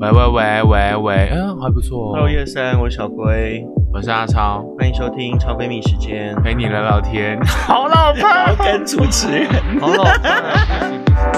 喂，还不错。 Hello，叶生，我是小龟， 我是阿超， 欢迎收听超闺蜜时间， 陪你聊聊天。好老派， 要跟主持人， 好老派。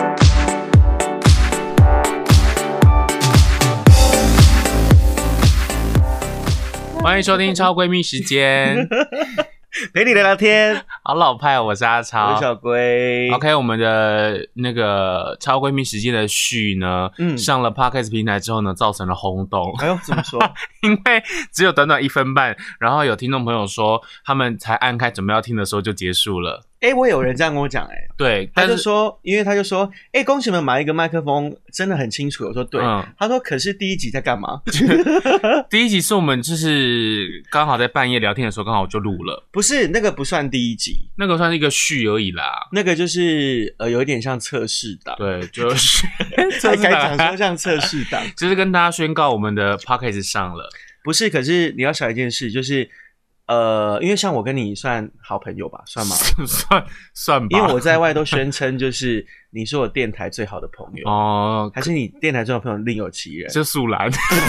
欢迎收听超闺蜜时间， 陪你聊聊天。 好老派哦，我是阿超， 我是小龟。 OK， 我们的那个超闺蜜时间的序呢，上了 Podcast 平台之后呢，造成了轰动。 哎呦，怎么说？ 因为只有短短1分半，然后有听众朋友说，他们才按开准备要听的时候就结束了。 我有人这样跟我讲， 对， 他就说，因为他就说，恭喜你们买一个麦克风，真的很清楚。我说对，他说可是第一集在干嘛？ 第一集是我们就是刚好在半夜聊天的时候，刚好就录了。 不是，那个不算第一集， 那个算是一个序而已啦。 那个就是有一点像测试档， 对，就是才该讲说像测试档， 就是跟大家宣告我们的 podcast 上了。 不是，可是你要想一件事，就是因为像我跟你算好朋友吧，算吗？ 算吧， 因为我在外都宣称就是你是我电台最好的朋友哦，还是你电台最好的朋友另有其人？ 就素兰。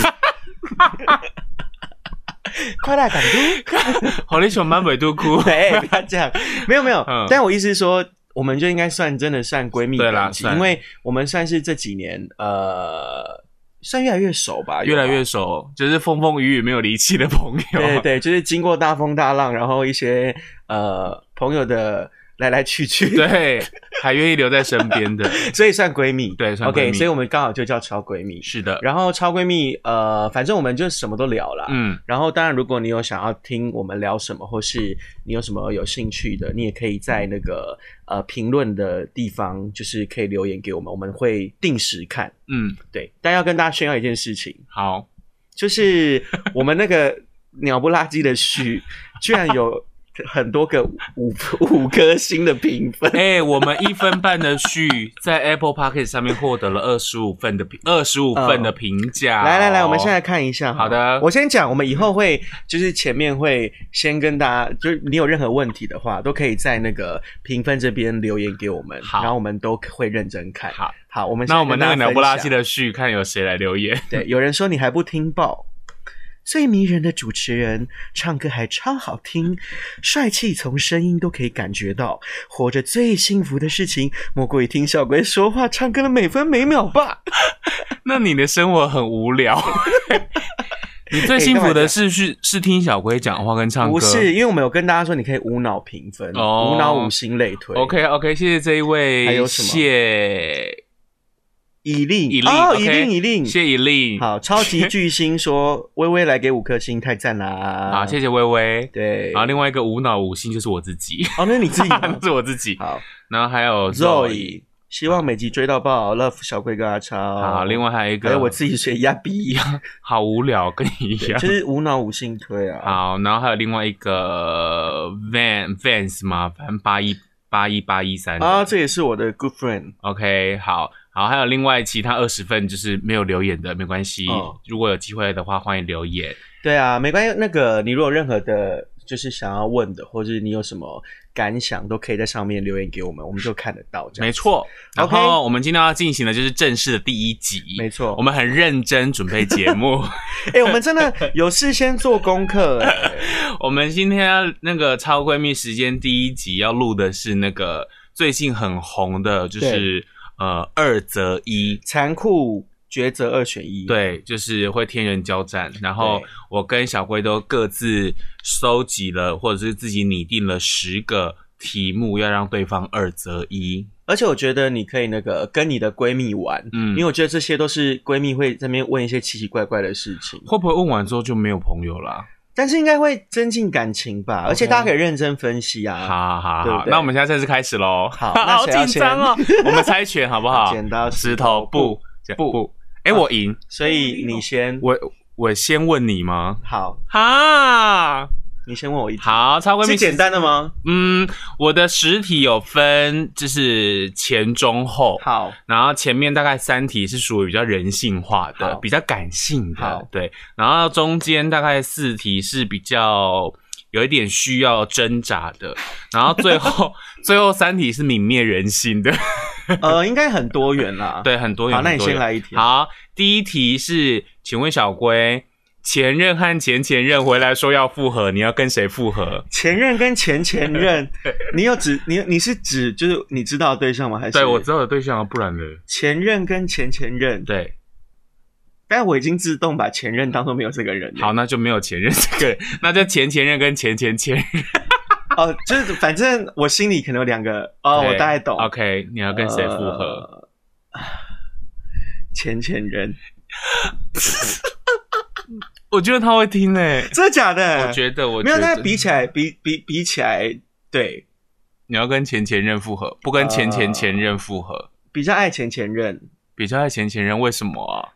快来港都， 好你想满北都哭， 对，不要这样，没有，但我意思是说，我们就应该真的算闺蜜感情，因为我们算是这几年算越来越熟吧， 越来越熟，就是风风雨雨没有离弃的朋友。 对，就是经过大风大浪，然后一些朋友的来来去去， 对，还愿意留在身边的， 所以算闺蜜。 对，算闺蜜。 OK， 所以我们刚好就叫超闺蜜。 是的。 然后超闺蜜，反正我们就什么都聊啦。然后当然，如果你有想要听我们聊什么，或是你有什么有兴趣的，你也可以在那个评论的地方，就是可以留言给我们，我们会定时看。对。但要跟大家炫耀一件事情， 好， 就是我们那个鸟不拉几的序，居然有很多个五颗星的评分。 我们1分半的序在 Apple Podcast 上面获得了25分的评价。 来，我们现在看一下。 好的， 我先讲，我们以后会就是前面会先跟大家，就是你有任何问题的话，都可以在那个评分这边留言给我们，然后我们都会认真看。好，我们那我们那个鸟不拉几的序，看有谁来留言。 对，有人说你还不听报。最迷人的主持人，唱歌还超好听，帅气从声音都可以感觉到。活着最幸福的事情，莫过于听小龟说话、唱歌的每分每秒吧。 那你的生活很无聊。你最幸福的是听小龟讲话跟唱歌？ 不是，因为我们有跟大家说，你可以无脑评分，无脑5星类推。 OK， 谢谢这一位， 还有什么？以令， 谢以令。 好，超级巨星说微微来给5颗星，太赞啦！ 好，谢谢微微。 对， 然后另外一个无脑5星就是我自己。 那是你自己吗？ 是我自己。 好， 然后还有 Zoe， 希望每集追到爆 ，Love 小龟跟阿超。 好，另外还有一个， 还有我自己学亚比， 好无聊，跟你一样， 就是无脑5星推啊。 好，然后还有另外一个 Vans 吗？反正81813 啊，这也是我的 good friend。 OK， 好，还有另外其他20份就是没有留言的，没关系。如果有机会的话，欢迎留言。 对啊，没关系。那个你如果有任何的，就是想要问的，或者你有什么感想，都可以在上面留言给我们，我们就看得到。 没错。然后我们今天要进行的就是正式的第1集。 没错， 我们很认真准备节目。 我们真的有事先做功课。 我们今天那个超闺蜜时间第1集要录的是那个最近很红的，就是2择1， 残酷抉择2选1。 对，就是会天人交战。然后我跟小龟都各自收集了，或者是自己拟定了10个题目，要让对方2择1。 而且我觉得你可以那个跟你的闺蜜玩，因为我觉得这些都是闺蜜会在那边问一些奇奇怪怪的事情。 会不会问完之后就没有朋友啦？ 但是应该会增进感情吧，而且大家可以认真分析啊。 好，那我们现在正式开始咯。 好， 好紧张哦。我们猜拳好不好？ 剪刀石头布。我赢， 所以你先。 我先问你吗？ 好。你先问我一题。 好，超闺蜜是简单的吗？ 我的10题有分，就是前中后。 好， 然后前面大概3题是属于比较人性化的，比较感性的，对。然后中间大概4题是比较有一点需要挣扎的，然后最后3题是泯灭人性的。 应该很多元啦。 对，很多元。 好，那你先来一题。 好，第一题是，请问小龟，前任和前前任回来说要复合，你要跟谁复合？ 前任跟前前任，你是指就是你知道的对象吗？还是？ 对，我知道的对象啊，不然呢？ 前任跟前前任， 对。 但我已经自动把前任当作没有这个人了。 好，那就没有前任这个人，那就前前任跟前前前任。 就是反正我心里可能有2个我大概懂。 OK， 你要跟谁复合？ 前前任。 我觉得他会听欸。 真的假的？ 我觉得没有，但比起来，比起来，对， 你要跟前前任复合，不跟前前前任复合。 比较爱前前任， 比较爱前前任，为什么啊？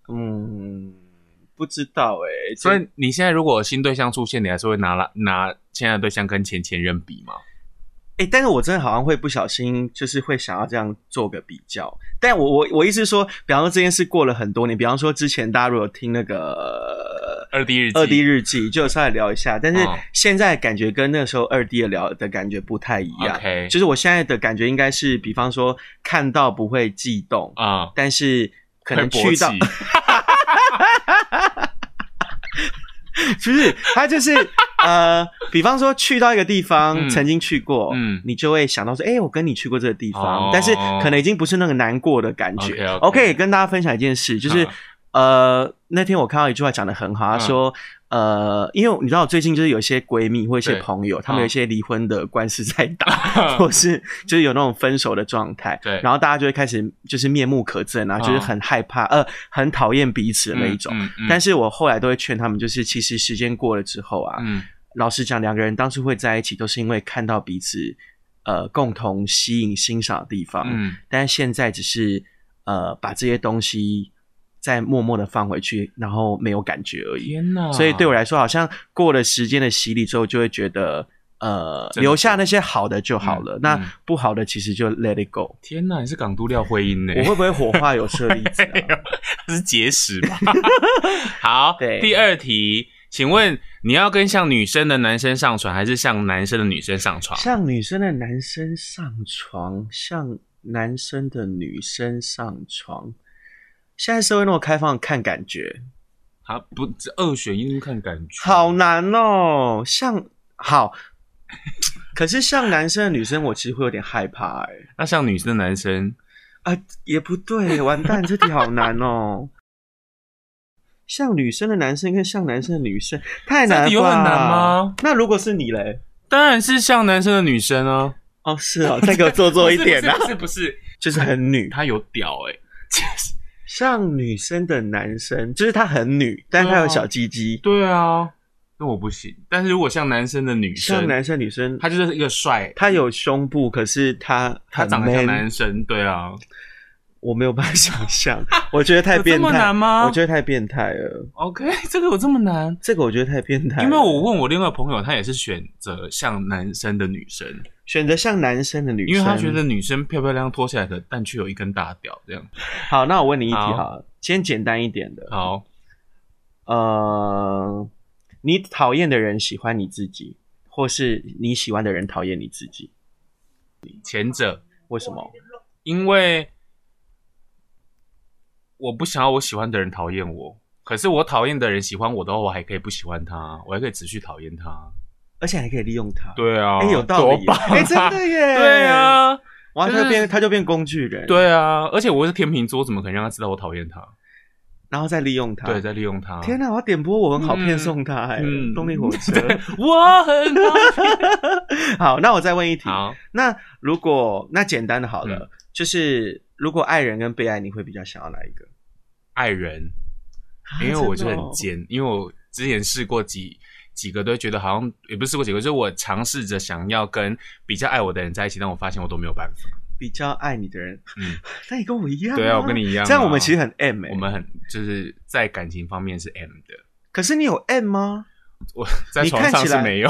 不知道所以你现在如果有新对象出现，你还是会拿现在的对象跟前前任比吗？ 但是我真的好像会不小心，就是会想要这样做个比较。但我意思是说，比方说这件事过了很多年，比方说之前大家如果听那个二 D 日记， 就有稍微聊一下。但是现在感觉跟那时候2D 的聊的感觉不太一样。 Okay. 就是我现在的感觉应该是，比方说看到不会悸动但是可能去到。不是，他就是比方说去到一个地方，曾经去过，你就会想到说，我跟你去过这个地方，但是可能已经不是那个难过的感觉。OK， 跟大家分享一件事，就是那天我看到一句话讲得很好，他说因为你知道我最近就是有一些闺蜜或一些朋友，他们有一些离婚的官司在打，或是就是有那种分手的状态，对，然后大家就会开始就是面目可憎啊，就是很害怕很讨厌彼此的那一种。但是我后来都会劝他们，就是其实时间过了之后啊，老实讲，两个人当初会在一起都是因为看到彼此共同吸引欣赏的地方，但是现在只是把这些东西再默默的放回去，然后没有感觉而已。天哪！所以对我来说，好像过了时间的洗礼之后，就会觉得留下那些好的就好了，那不好的其实就 let it go。 天哪，你是港都廖慧英呢？ 我会不会火化有舍利子啊？ 这是结石吧？好，第二题，请问你要跟像女生的男生上床，还是像男生的女生上床？ 像女生的男生上床，像男生的女生上床。现在社会那么开放，看感觉。 不，2选1看感觉， 好难哦。可是像男生的女生，我其实会有点害怕那像女生的男生也不对，完蛋，这题好难哦。像女生的男生跟像男生的女生，太难了吧？这题有很难吗？那如果是你嘞？ 当然是像男生的女生啊。 是再给我做一点啊！ 不是， 就是很女， 他有屌像女生的男生，就是他很女，但是他有小鸡鸡。 对啊，那我不行。但是如果像男生的女生， 像男生女生， 他就是一个帅， 他有胸部，可是他长得像男生。对啊， 我没有办法想象，我觉得太变态。 有这么难吗？ 我觉得太变态了。 OK， 这个有这么难？ 这个我觉得太变态了。 因为我问我另外一个朋友，他也是选择像男生的女生。 选择像男生的女生， 因为他觉得女生漂漂亮亮脱下来的，但却有一根大屌这样。 好，那我问你一题好了，先简单一点的。 好， 你讨厌的人喜欢你自己，或是你喜欢的人讨厌你自己？ 前者。 为什么？ 因为我不想要我喜欢的人讨厌我，可是我讨厌的人喜欢我的话，我还可以不喜欢他，我还可以持续讨厌他。 而且还可以利用它。 对啊， 有道理。真的耶。对啊，哇，他就变工具人。 对啊，而且我是天秤座，怎么可能让他知道我讨厌他？ 然后再利用他。对， 再利用他。 天哪，我要点播我很好骗送他动力火车。 我很好。 好，那我再问一题。 好， 那简单的好了，就是如果爱人跟被爱，你会比较想要哪一个？ 爱人，因为我就很贱，因为我之前试过几个都觉得好像也不是试过几个，就是我尝试着想要跟比较爱我的人在一起，但我发现我都没有办法。 比较爱你的人，那你跟我一样。 对啊，我跟你一样。 这样我们其实很 M 我们很就是在感情方面是 M 的。 可是你有 M 吗？ 我在床上是没有。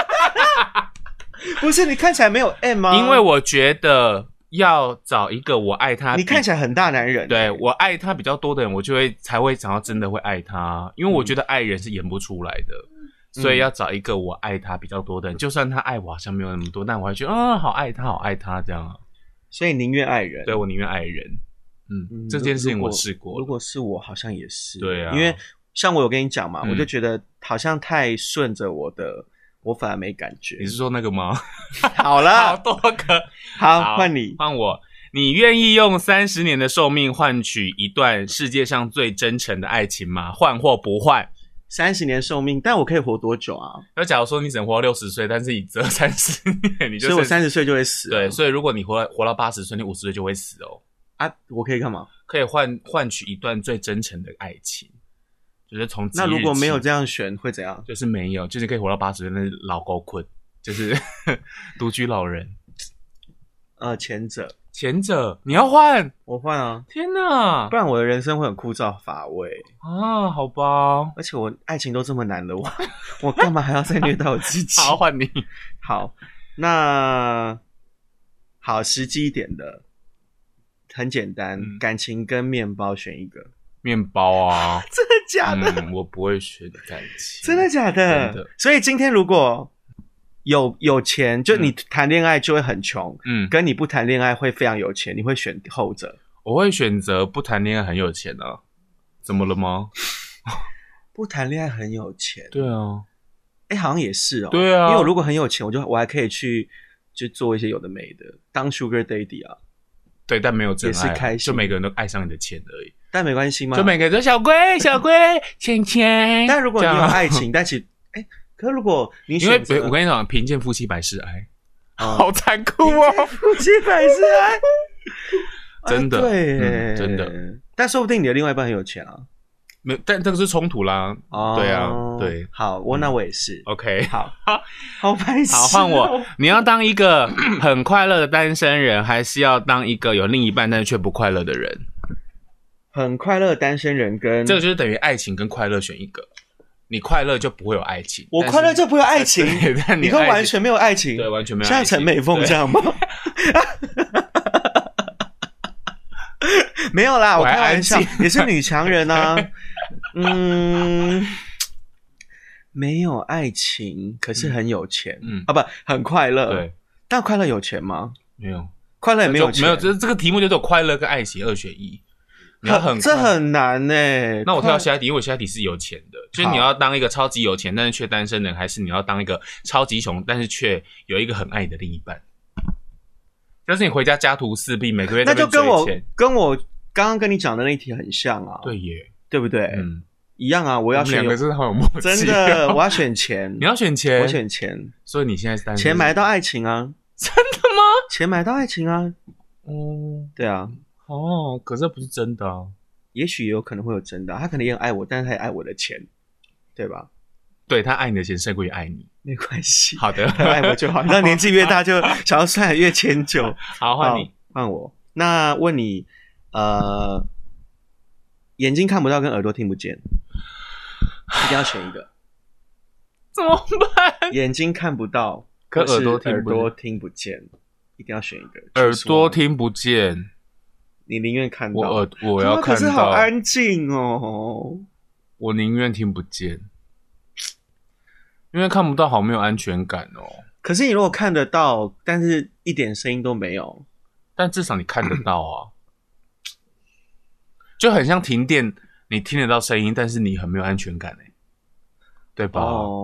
不是，你看起来没有 M 吗？ 因为我觉得要找一个我爱他， 你看起来很大男人。 对，我爱他比较多的人，我就才会想要真的会爱他，因为我觉得爱人是演不出来的。所以要找一个我爱他比较多的人，就算他爱我好像没有那么多，但我还觉得好爱他，好爱他这样。 所以宁愿爱人。 对，我宁愿爱人。这件事情我试过。 如果是我，好像也是。 对啊， 因为像我有跟你讲嘛，我就觉得好像太顺着我的，我反而没感觉。 你是说那个吗？ 好了， 好多个。 好，换你， 换我。你愿意用30年的寿命换取一段世界上最真诚的爱情吗？换或不换 ？30年寿命，但我可以活多久啊？ 那假如说你只能活到60岁，但是你这30年，你就所以我30岁就会死。 对，所以如果你活到80岁，你50岁就会死哦。 啊，我可以干嘛？ 可以换取一段最真诚的爱情，就是从那如果没有这样选会怎样？ 就是没有，就是可以活到80岁，但是老够困，就是独居老人。前者你要换， 我换啊！ 天哪， 不然我的人生会很枯燥乏味啊！好吧， 而且我爱情都这么难了，我干嘛还要再虐待我自己？ 好，换你。 好，那好，实际一点的，很简单，感情跟面包选一个。 面包啊？ 真的假的？ 我不会选感情。 真的假的？真的。所以今天如果有钱，就你谈恋爱就会很穷，跟你不谈恋爱会非常有钱，你会选后者？ 我会选择不谈恋爱很有钱啊。怎么了吗？ 不谈恋爱很有钱？ 对啊。 好像也是哦。 对啊。 因为我如果很有钱，我还可以去就做一些有的没的，当 Sugar Daddy 啊。 对，但没有真爱， 也是开心， 就每个人都爱上你的钱而已。 但没关系吗？ 就每个人都小龟钱钱。 但如果你有爱情，但其实可是如果你选择， 因为我跟你讲，贫贱夫妻百事哀，好残酷哦！ 夫妻百事哀， 真的， 对， 真的。 但说不定你的另外一半很有钱啊， 没有，但这个是冲突啦。对啊，对。 好，那我也是。 OK， 好白痴。 好，换我。你要当一个很快乐的单身人，还是要当一个有另一半但是却不快乐的人？ 很快乐的单身人跟这个就是等于爱情跟快乐选一个。你快乐就不会有爱情， 我快乐就不会有爱情。 但你会完全没有爱情， 对，完全没有爱情。 像陈美凤这样吗？没有啦，我开玩笑，也是女强人啊。没有爱情，可是很有钱。不，很快乐。对，但快乐有钱吗？ 没有， 快乐也没有钱。 没有，这个题目就是有快乐跟爱情2选1。 这很难欸。 那我跳下一题，因为我下一题是有钱的，就是你要当一个超级有钱但是却单身人，还是你要当一个超级穷但是却有一个很爱你的另一半？就是你回家家徒四壁，每个月在那边追钱， 跟我刚刚跟你讲的那一题很像啊。 对耶， 对不对？一样啊。我要选， 两个真的好有默契。 真的，我要选钱。 你要选钱？ 我选钱。 所以你现在是单身？ 钱买到爱情啊？ 真的吗？ 钱买到爱情啊？对啊。 可是这不是真的啊。 也许也有可能会有真的，他可能也很爱我，但是他也爱我的钱，对吧？ 对，他爱你的钱胜过于爱你， 没关系。 好的， 他爱我就好。那年纪越大，就想要算越迁就。 好，换你， 换我。那问你，眼睛看不到跟耳朵听不见，一定要选一个。 怎么办？ 眼睛看不到跟耳朵听不见，一定要选一个。 耳朵听不见。 你宁愿看到我要看到，可是好安静哦。 我宁愿听不见，因为看不到好没有安全感哦。 可是你如果看得到，但是一点声音都没有， 但至少你看得到啊，就很像停电，你听得到声音，但是你很没有安全感对吧？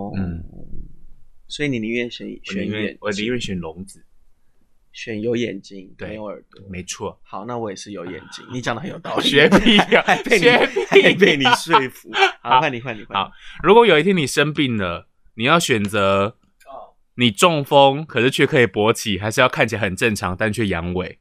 所以你宁愿选眼， 我宁愿选聋子。 选有眼睛没有耳朵， 没错。 好，那我也是有眼睛。你讲的很有道理， 学屁啊， 还被你说服。好，换你。 好，如果有一天你生病了，你要选择你中风，可是却可以勃起，还是要看起来很正常但却阳痿？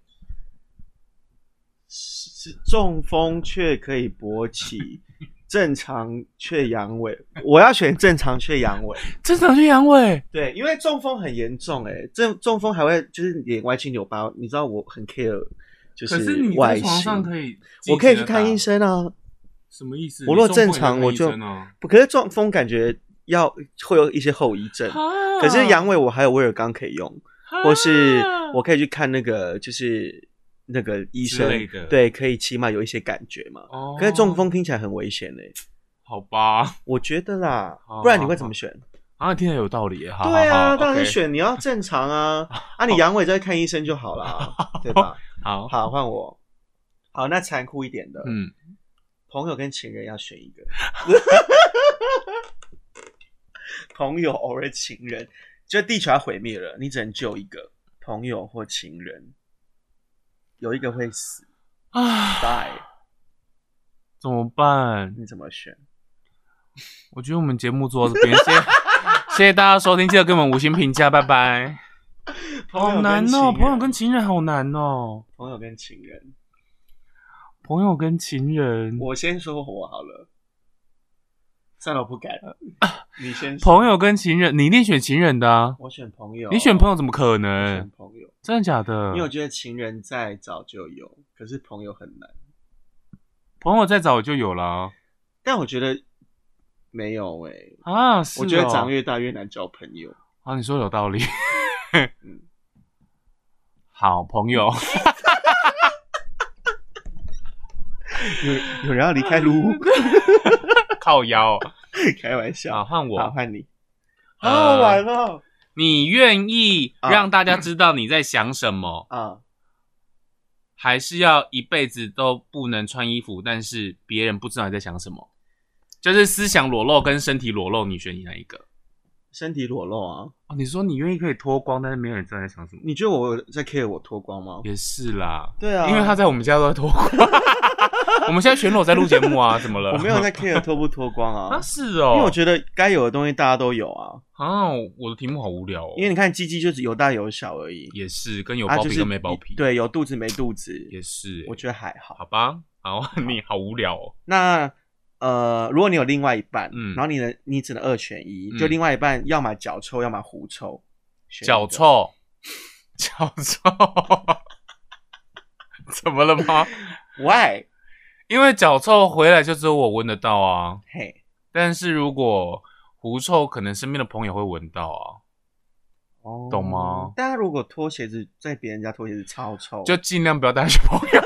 是中风却可以勃起，正常却阳痿。我要选正常却阳痿。 正常却阳痿？ 对，因为中风很严重中风还会就是脸歪七扭八。你知道我很 care 就是外形。可是你在床上可以，我可以去看医生啊。 什么意思？ 我若正常我就不，可是中风感觉会有一些后遗症。可是阳痿我还有威尔刚可以用，或是我可以去看那个就是那个医生，对，可以起码有一些感觉嘛。可是中风听起来很危险好吧，我觉得啦，不然你会怎么选？ 啊，听起来有道理耶。好， 对啊， 好当然是 OK 选你要正常啊。啊，你阳痿再看医生就好了，对吧？ 好， 好，换我。好，那残酷一点的，朋友跟情人要选一个。朋友偶尔情人，就地球要毁灭了，你只能救一个，朋友或情人，有一个会死啊 die， 怎么办？ 你怎么选？ 我觉得我们节目做到这边，谢谢大家收听，记得给我们5星评价，拜拜。好难哦，朋友跟情人好难哦。 朋友跟情人， 朋友跟情人， 我先说我好了。算了，我不敢了。你先说。 朋友跟情人，你一定选情人的啊。 我选朋友。 你选朋友怎么可我能？ 选朋友。 真的假的？ 因为我觉得情人再早就有，可是朋友很难。 朋友再早就有了啊。 但我觉得没有欸。 啊，是哦。 我觉得长越大越难交朋友。 啊，你说有道理。好，朋友。 有人要离开撸屋。 靠腰。 开玩笑。 好，换我。 好，换你。好好玩哦。 你愿意让大家知道你在想什么还是要一辈子都不能穿衣服，但是别人不知道你在想什么？就是思想裸露跟身体裸露，你选哪一个？ 身体裸露啊！ 哦，你说你愿意可以脱光，但是没有人知道你在想什么？ 你觉得我在 care 我脱光吗？ 也是啦， 对啊， 因为他在我们家都在脱光。我们现在全裸在录节目啊，怎么了？ 我没有在 care 脱不脱光啊。 啊，是哦， 因为我觉得该有的东西大家都有啊。 啊，我的题目好无聊哦。 因为你看鸡鸡就是有大有小而已。 也是，跟有包皮跟没包皮。 对，有肚子没肚子。 也是， 我觉得还好。 好吧，好，你好无聊哦。 那如果你有另外一半，然后你只能2选1，就另外一半要么脚臭，要么狐臭。 脚臭，脚臭，怎么了吗 ？Why？ 因为脚臭回来就只有我闻得到啊。 嘿， 但是如果狐臭，可能身边的朋友会闻到啊。哦，懂吗？ 大家如果脱鞋子在别人家脱鞋子超臭， 就尽量不要带去朋友。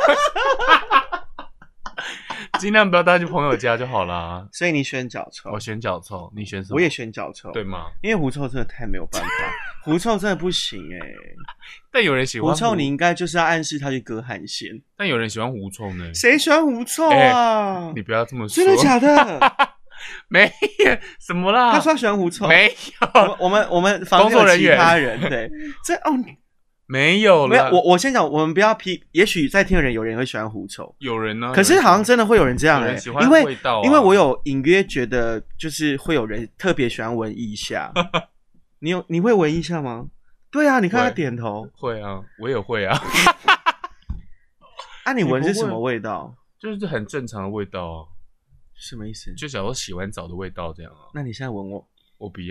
尽量不要带去朋友家就好啦。 所以你选脚臭， 我选脚臭，你选什么？ 我也选脚臭， 对吗？ 因为狐臭真的太没有办法，狐臭真的不行但有人喜欢狐臭，你应该就是要暗示他去割汗腺。 但有人喜欢狐臭呢？ 谁喜欢狐臭啊？ 你不要这么说， 真的假的？ 没有什么啦。 他说他喜欢狐臭， 没有。 我们房间有其他人，对，这没有了。 没有，我先讲，我们不要批。也许在听的人有人会喜欢狐臭， 有人呢。 可是好像真的会有人这样喜欢味道因为我有隐约觉得，就是会有人特别喜欢闻腋下。你会闻腋下吗？对啊，你看他点头。 会啊，我也会啊。 啊，你闻是什么味道？ 就是很正常的味道啊。 什么意思？ 就假如洗完澡的味道这样啊。 那你现在闻我？ 我不要。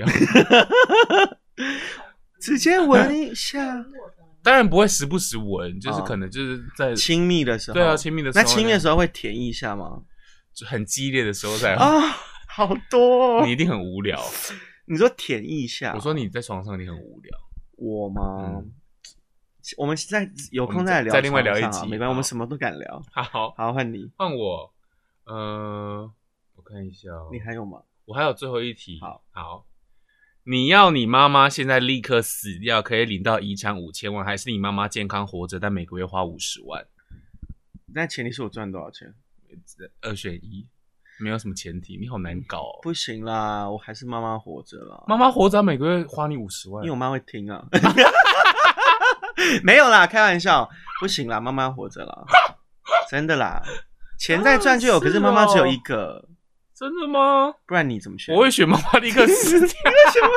直接闻一下。 当然不会时不时闻，就是可能就是在亲密的时候。 对啊，亲密的时候。 那亲密的时候会舔一下吗？ 就很激烈的时候才会。 好多你一定很无聊。 你说舔一下？ 我说你在床上你很无聊。 我吗？我们现在有空再聊， 再另外聊一集， 没关系，我们什么都敢聊。 好， 换你， 换我。我看一下你还有吗？ 我还有最后一题。 好。 你要你妈妈现在立刻死掉，可以领到遗产5000万，还是你妈妈健康活着，但每个月花50万？ 但前提是我赚多少钱 ？2选1，没有什么前提。你好难搞哦。 不行啦，我还是妈妈活着啦。 妈妈活着，每个月花你50万， 因为我妈会听啊。没有啦，开玩笑，不行啦，妈妈活着啦，真的啦，钱再赚就有，可是妈妈只有一个。 真的吗？ 不然你怎么选？ 我会选妈妈立刻死掉。 为什么？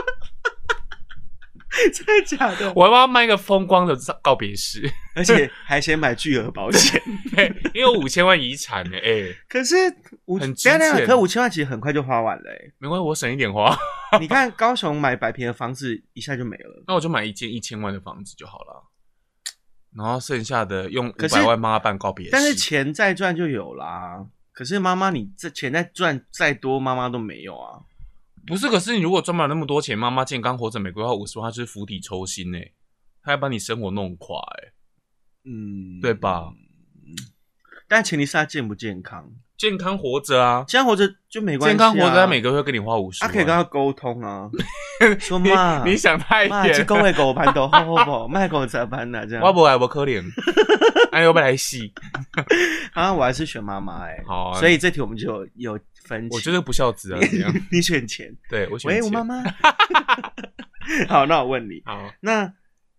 真的假的？ 我要帮她卖一个风光的告别式， 而且还先买巨额保险。 因为5000万遗产呢， 可是很值钱。 可5000万其实很快就花完了没关系，我省一点花。 你看高雄买100坪的房子一下就没了， 那我就买一间1000万的房子就好了，然后剩下的用500万帮她办告别式。 但是钱再赚就有啦。可是妈妈，你这钱再赚再多，妈妈都没有啊。 不是，可是你如果赚不了那么多钱，妈妈健康活着，每个月花50万，她就是釜底抽薪她要把你生活弄垮对吧？ 但前提是她健不健康。 健康活着啊， 健康活着就没关系、啊。 健康活着，他每个月会跟你花50万。 可以跟他沟通啊，说妈， 你想太远。 妈，这个月狗盘都好不？卖狗咋办呢？这样。 我不爱我可怜，哎，我本来戏。 啊，我还是选妈妈哎。 好、啊， 所以这题我们就有分歧。 我觉得不孝子啊，怎样？ 你选钱， 对我选钱。 喂，我妈妈。好，那我问你， 好， 那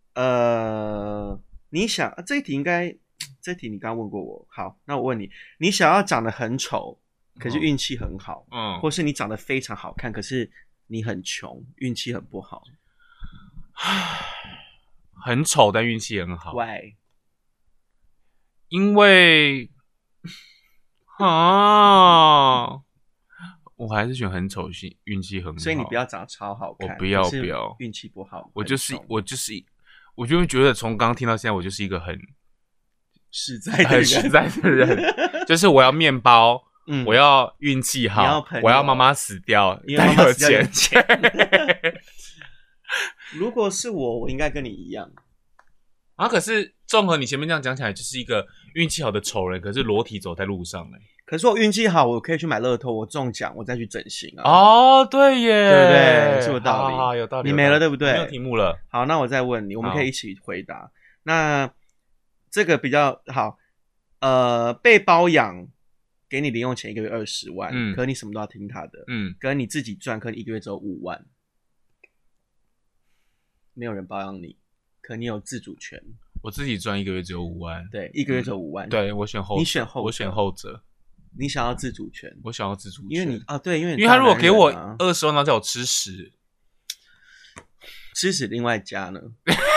你想这一题应该。这题你刚刚问过我，好，那我问你，你想要长得很丑，可是运气很好，或是你长得非常好看，可是你很穷，运气很不好？ 很丑但运气很好 ？Why？ 因为我还是选很丑，运气很好， 所以你不要长得超好看， 我不要， 运气不好， 我就会觉得从刚刚听到现在，我就是一个很实在的人，就是我要面包，我要运气好，我要妈妈死掉， 因为妈妈死掉有钱。 如果是我应该跟你一样啊。可是综合你前面这样讲起来，就是一个运气好的丑人，可是裸体走在路上可是我运气好，我可以去买乐透，我中奖，我再去整形啊。 哦，对耶， 对不对？是有道理， 好有道理。 你没了，对不对？ 没有题目了。 好，那我再问你，我们可以一起回答。那这个比较好，被包养，给你零用钱1个月20万，可你什么都要听他的，跟你自己赚，可你1个月只有5万，没有人包养你，可你有自主权。 我自己赚1个月只有5万， 对1个月只有5万， 对我选后者， 你选后者， 我选后者。 你想要自主权， 我想要自主权， 因为你对，因为他如果给我20万，那叫我吃屎， 吃屎另外加呢？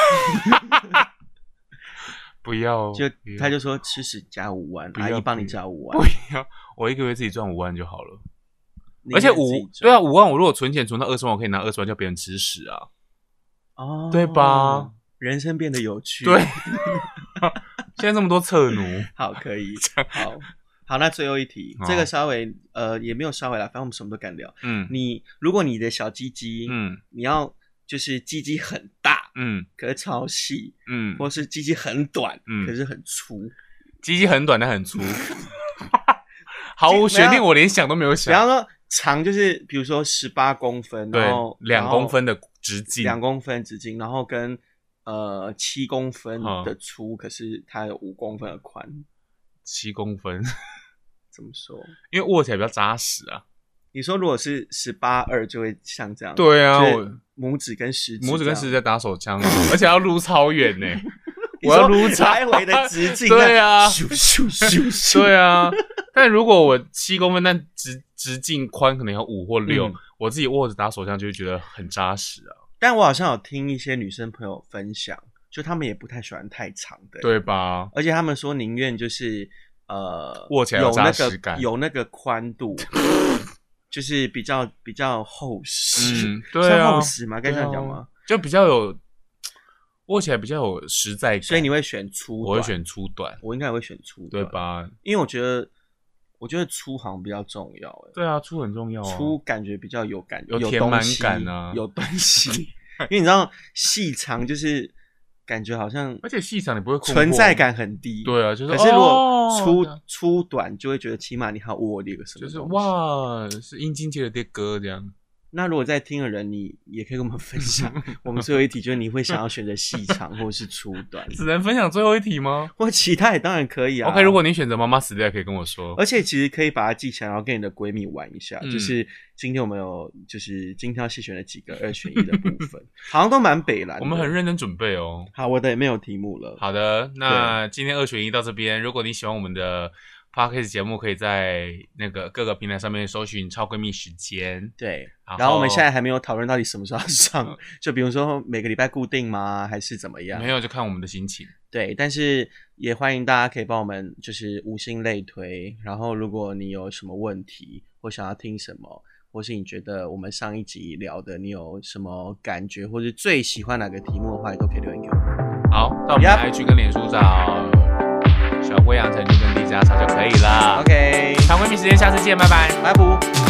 不要， 他就说吃屎加5万，阿姨帮你加5万， 不要，我1个月自己赚5万就好了。而且对啊，5万我如果存钱存到20万，我可以拿20万叫别人吃屎啊， 哦， 对吧？ 人生变得有趣， 对，现在这么多侧奴， 好，可以，好，那最后一题，这个稍微也没有稍微啦，反正我们什么都敢聊。如果你的小鸡鸡，你要就是鸡鸡很大，可是超细，或是鸡鸡很短，可是很粗， 鸡鸡很短但很粗，毫无悬念，我连想都没有想。 比方说长就是比如说18公分，然后 2公分的直径 ，2公分直径，然后跟7公分的粗，可是它有5公分的宽。 7公分， 怎么说？ 因为握起来比较扎实啊。 你说如果是18/2就会像这样？ 对啊， 拇指跟食指在打手枪，而且要撸超远呢。我要撸来回的直径， 对啊， 咻咻咻咻， 对啊。但如果我7公分，但直径宽可能要5或6，我自己握着打手枪就会觉得很扎实啊。 但我好像有听一些女生朋友分享，就他们也不太喜欢太长的， 对吧？ 而且他们说宁愿就是握起来有扎实感， 有那个宽度，就是比较厚实， 对啊， 厚实吗？该这样讲吗？ 就比较有握起来比较有实在感， 所以你会选粗短？ 我会选粗短， 我应该也会选粗短， 对吧？ 因为我觉得粗好像比较重要， 对啊，粗很重要啊， 粗感觉比较有填满感啊， 有东西。因为你知道细长就是感觉好像， 而且细长你不会存在感很低， 对啊，就是。 可是如果粗短，就会觉得起码你还握了一个什么东西， 就是哇，是阴茎界的爹哥这样。 那如果在听的人，你也可以跟我们分享。我们最后一题就是你会想要选择细长或是粗短？ 只能分享最后一题吗？ 或其他也当然可以啊。 OK， 如果你选择妈妈死掉，可以跟我说。 而且其实可以把它记起来，然后跟你的闺蜜玩一下。就是今天我们有，就是精挑细选了几个2选1的部分，好像都蛮北蓝的。 我们很认真准备哦。 好，我的也没有题目了。 好的，那今天2选1到这边。如果你喜欢我们的Podcast 节目，可以在那个各个平台上面搜寻超闺蜜时间。 对，然后我们现在还没有讨论到底什么时候要上，就比如说每个礼拜固定吗，还是怎么样？ 没有，就看我们的心情。 对，但是也欢迎大家可以帮我们就是5星类推，然后如果你有什么问题或想要听什么，或是你觉得我们上一集聊的你有什么感觉，或是最喜欢哪个题目的话，也都可以留言给我们。 好，到我们的 IG 跟脸书找小龟养成就跟迪迦草就可以了。 OK， 超闺蜜时间，下次见，拜拜， 拜拜。